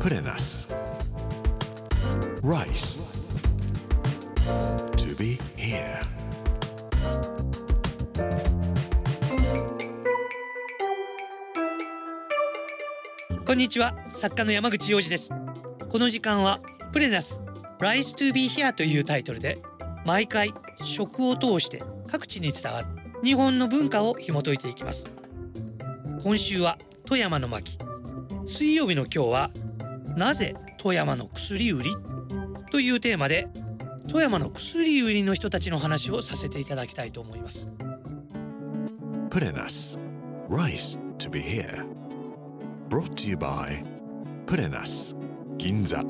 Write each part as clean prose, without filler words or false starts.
Put in us Rice to be here. こんにちは、作家の山口洋二です。この時間はプレナス Rise to be here というタイトルで、毎回食を通して各地に伝わる日本の文化を紐解いていきます。今週は富山の巻、水曜日の今日はなぜ富山の薬売りというテーマで、富山の薬売りの人たちの話をさせていただきたいと思います。 Put in us Rice to be here. Brought to you by Put in us 銀座。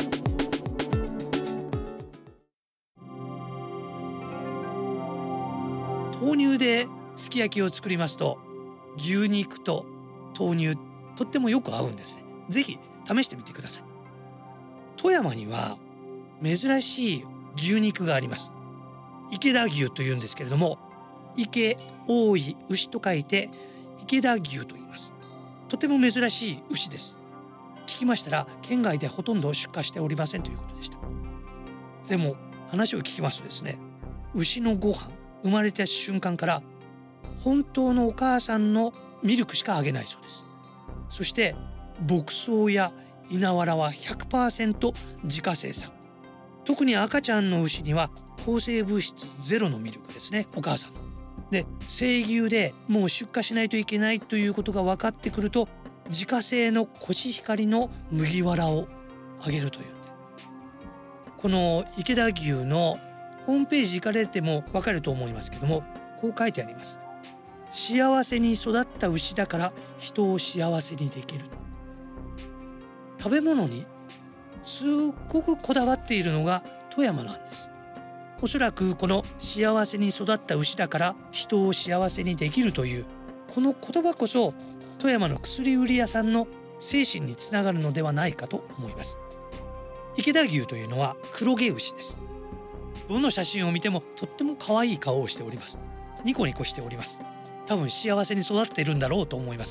豆乳ですき焼きを作りますと、牛肉と豆乳とってもよく合うんですね。ぜひ試してみてください。富山には珍しい牛肉があります。池田牛というんですけれども、池多い牛と書いて池田牛と言います。とても珍しい牛です。聞きましたら県外でほとんど出荷しておりませんということでした。でも話を聞きますとですね、牛のご飯、生まれた瞬間から本当のお母さんのミルクしかあげないそうです。そして牧草や稲わらは 100% 自家生産。特に赤ちゃんの牛には抗生物質ゼロのミルクですね、お母さんの。で、生牛でもう出荷しないといけないということが分かってくると、自家製のコシヒカリの麦わらをあげるというんで、この池田牛のホームページ行かれても分かると思いますけども、こう書いてあります。幸せに育った牛だから人を幸せにできる。食べ物にすっごくこだわっているのが富山なんです。おそらくこの幸せに育った牛だから人を幸せにできるというこの言葉こそ、富山の薬売り屋さんの精神につながるのではないかと思います。池田牛というのは黒毛牛です。どの写真を見てもとっても可愛い顔をしております。ニコニコしております。多分幸せに育っているんだろうと思います。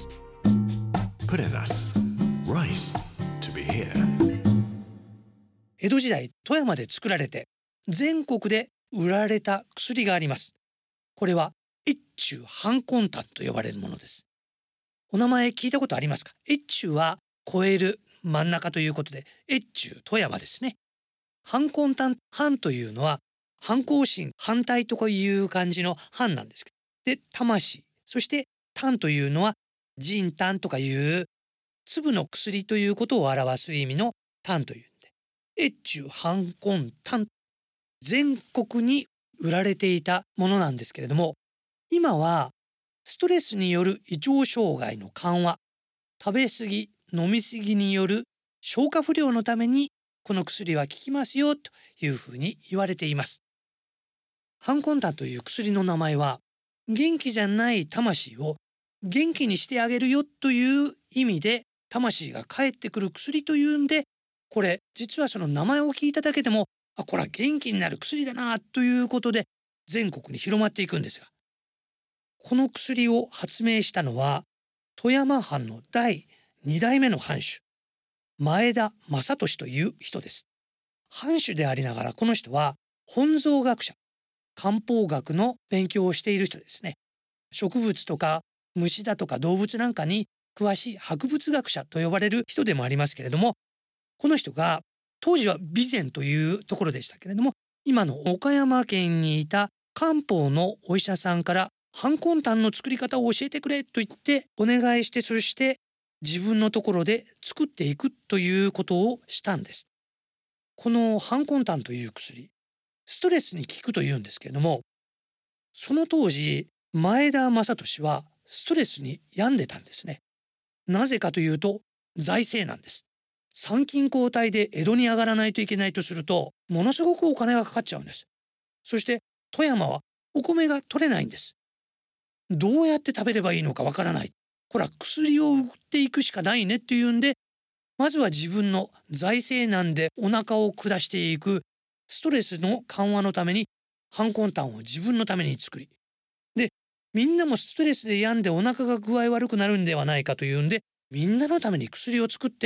Put in us Rice to be here. 江戸時代、富山で作られて全国で売られた薬があります。これは越中半根丹と呼ばれるものです。お名前聞いたことありますか？越中は超える真ん中ということで、越中富山ですね。半根丹、半というのは反抗心、反対とかいう感じの反なんですけど、で、魂、そして丹というのは仁丹とかいう粒の薬ということを表す意味の丹というんで、越中半根丹、全国に売られていたものなんですけれども、今はストレスによる胃腸障害の緩和、食べ過ぎ飲み過ぎによる消化不良のためにこの薬は効きますよというふうに言われています。半根丹という薬の名前は、元気じゃない魂を元気にしてあげるよという意味で、魂が帰ってくる薬というんで、これ実はその名前を聞いただけでも、これは元気になる薬だなということで全国に広まっていくんですが、この薬を発明したのは富山藩の第2代目の藩主、前田正俊という人です。藩主でありながら、この人は本草学者、漢方学の勉強をしている人ですね。植物とか虫だとか動物なんかに詳しい博物学者と呼ばれる人でもありますけれども、この人が当時は備前というところでしたけれども、今の岡山県にいた漢方のお医者さんから半根丹の作り方を教えてくれと言ってお願いして、そして自分のところで作っていくということをしたんです。この半根丹という薬、ストレスに効くというんですけれども、その当時前田正俊はストレスに病んでたんですね。なぜかというと財政なんです。参勤交代で江戸に上がらないといけないとすると、ものすごくお金がかかっちゃうんです。そして富山はお米が取れないんです。どうやって食べればいいのかわからない。これは薬を売っていくしかないねっていうんで、まずは自分の財政難でお腹を下していくストレスの緩和のために半根丹を自分のために作り、で、みんなもストレスで病んでお腹が具合悪くなるんではないかというんで、みんなのために薬を作って、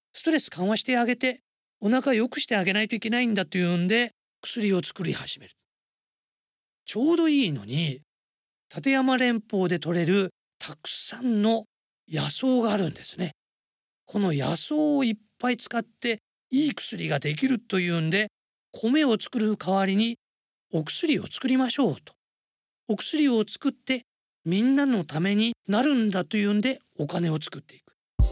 ストレス緩和してあげてお腹良くしてあげないといけないんだというんで薬を作り始める。ちょうどいいのに立山連峰で採れるたくさんの野草があるんですね。この野草をいっぱい使っていい薬ができるというんで、米を作る代わりにお薬を作りましょうと。お薬を作ってみんなのためになるんだというんでお金を作っていく。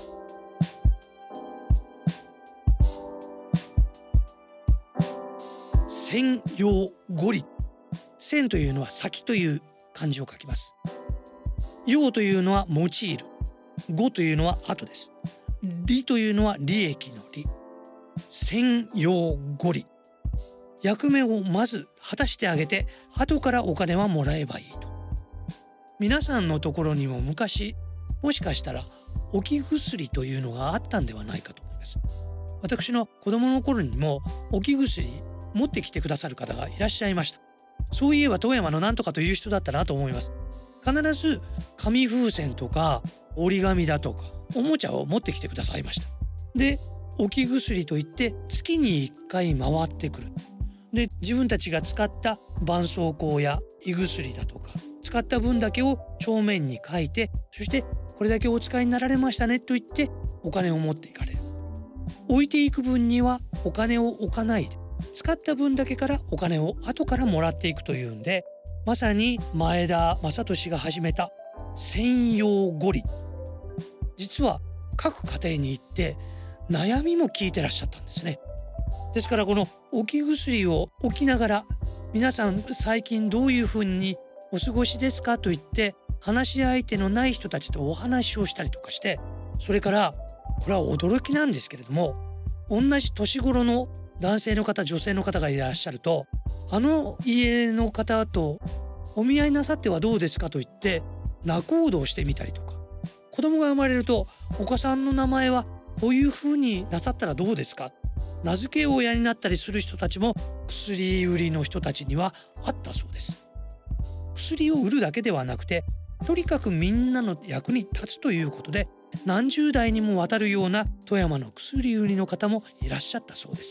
先用五里。先というのは先という漢字を書きます。用というのは用いる。語というのは後です。利というのは利益の利。先用五里。役目をまず果たしてあげて、後からお金はもらえばいいと。皆さんのところにも昔、もしかしたら置き薬というのがあったんではないかと思います。私の子供の頃にも置き薬持ってきてくださる方がいらっしゃいました。そういえば富山のなんとかという人だったなと思います。必ず紙風船とか折り紙だとかおもちゃを持ってきてくださいました。で、置き薬といって月に1回回ってくる。で、自分たちが使った絆創膏や胃薬だとか使った分だけを帳面に書いて、そしてこれだけお使いになられましたねと言ってお金を持っていかれる。置いていく分にはお金を置かないで、使った分だけからお金を後からもらっていくというんで、まさに前田正俊が始めた先用五里。実は各家庭に行って悩みも聞いてらっしゃったんですね。ですからこの置き薬を置きながら、皆さん最近どういうふうにお過ごしですかと言って話し相手のない人たちとお話をしたりとかして、それからこれは驚きなんですけれども、同じ年頃の男性の方女性の方がいらっしゃると、あの家の方とお見合いなさってはどうですかと言って仲人をしてみたりとか、子供が生まれるとお子さんの名前はこういうふうになさったらどうですか、名付け親になったりする人たちも薬売りの人たちにはあったそうです。薬を売るだけではなくて、とにかくみんなの役に立つということで何十代にもわたるような富山の薬売りの方もいらっしゃったそうです。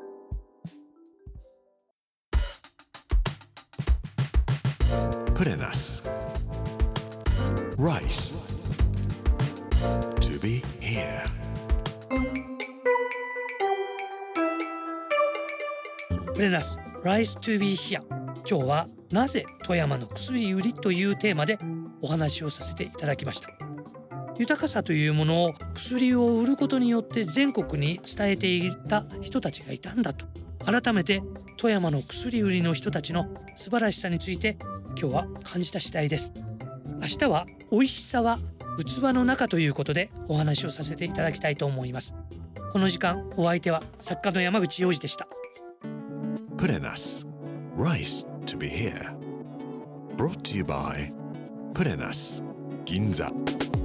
Purenas. Rice. To be here. プレナス Rice to be here。 今日はなぜ富山の薬売りというテーマでお話をさせていただきました。豊かさというものを薬を売ることによって全国に伝えていた人たちがいたんだと、改めて富山の薬売りの人たちの素晴らしさについて今日は感じた次第です。明日は美味しさは器の中ということでお話をさせていただきたいと思います。この時間お相手は作家の山口洋二でした。 Purenas. Rice to be here. Brought to you by Purenas Ginza.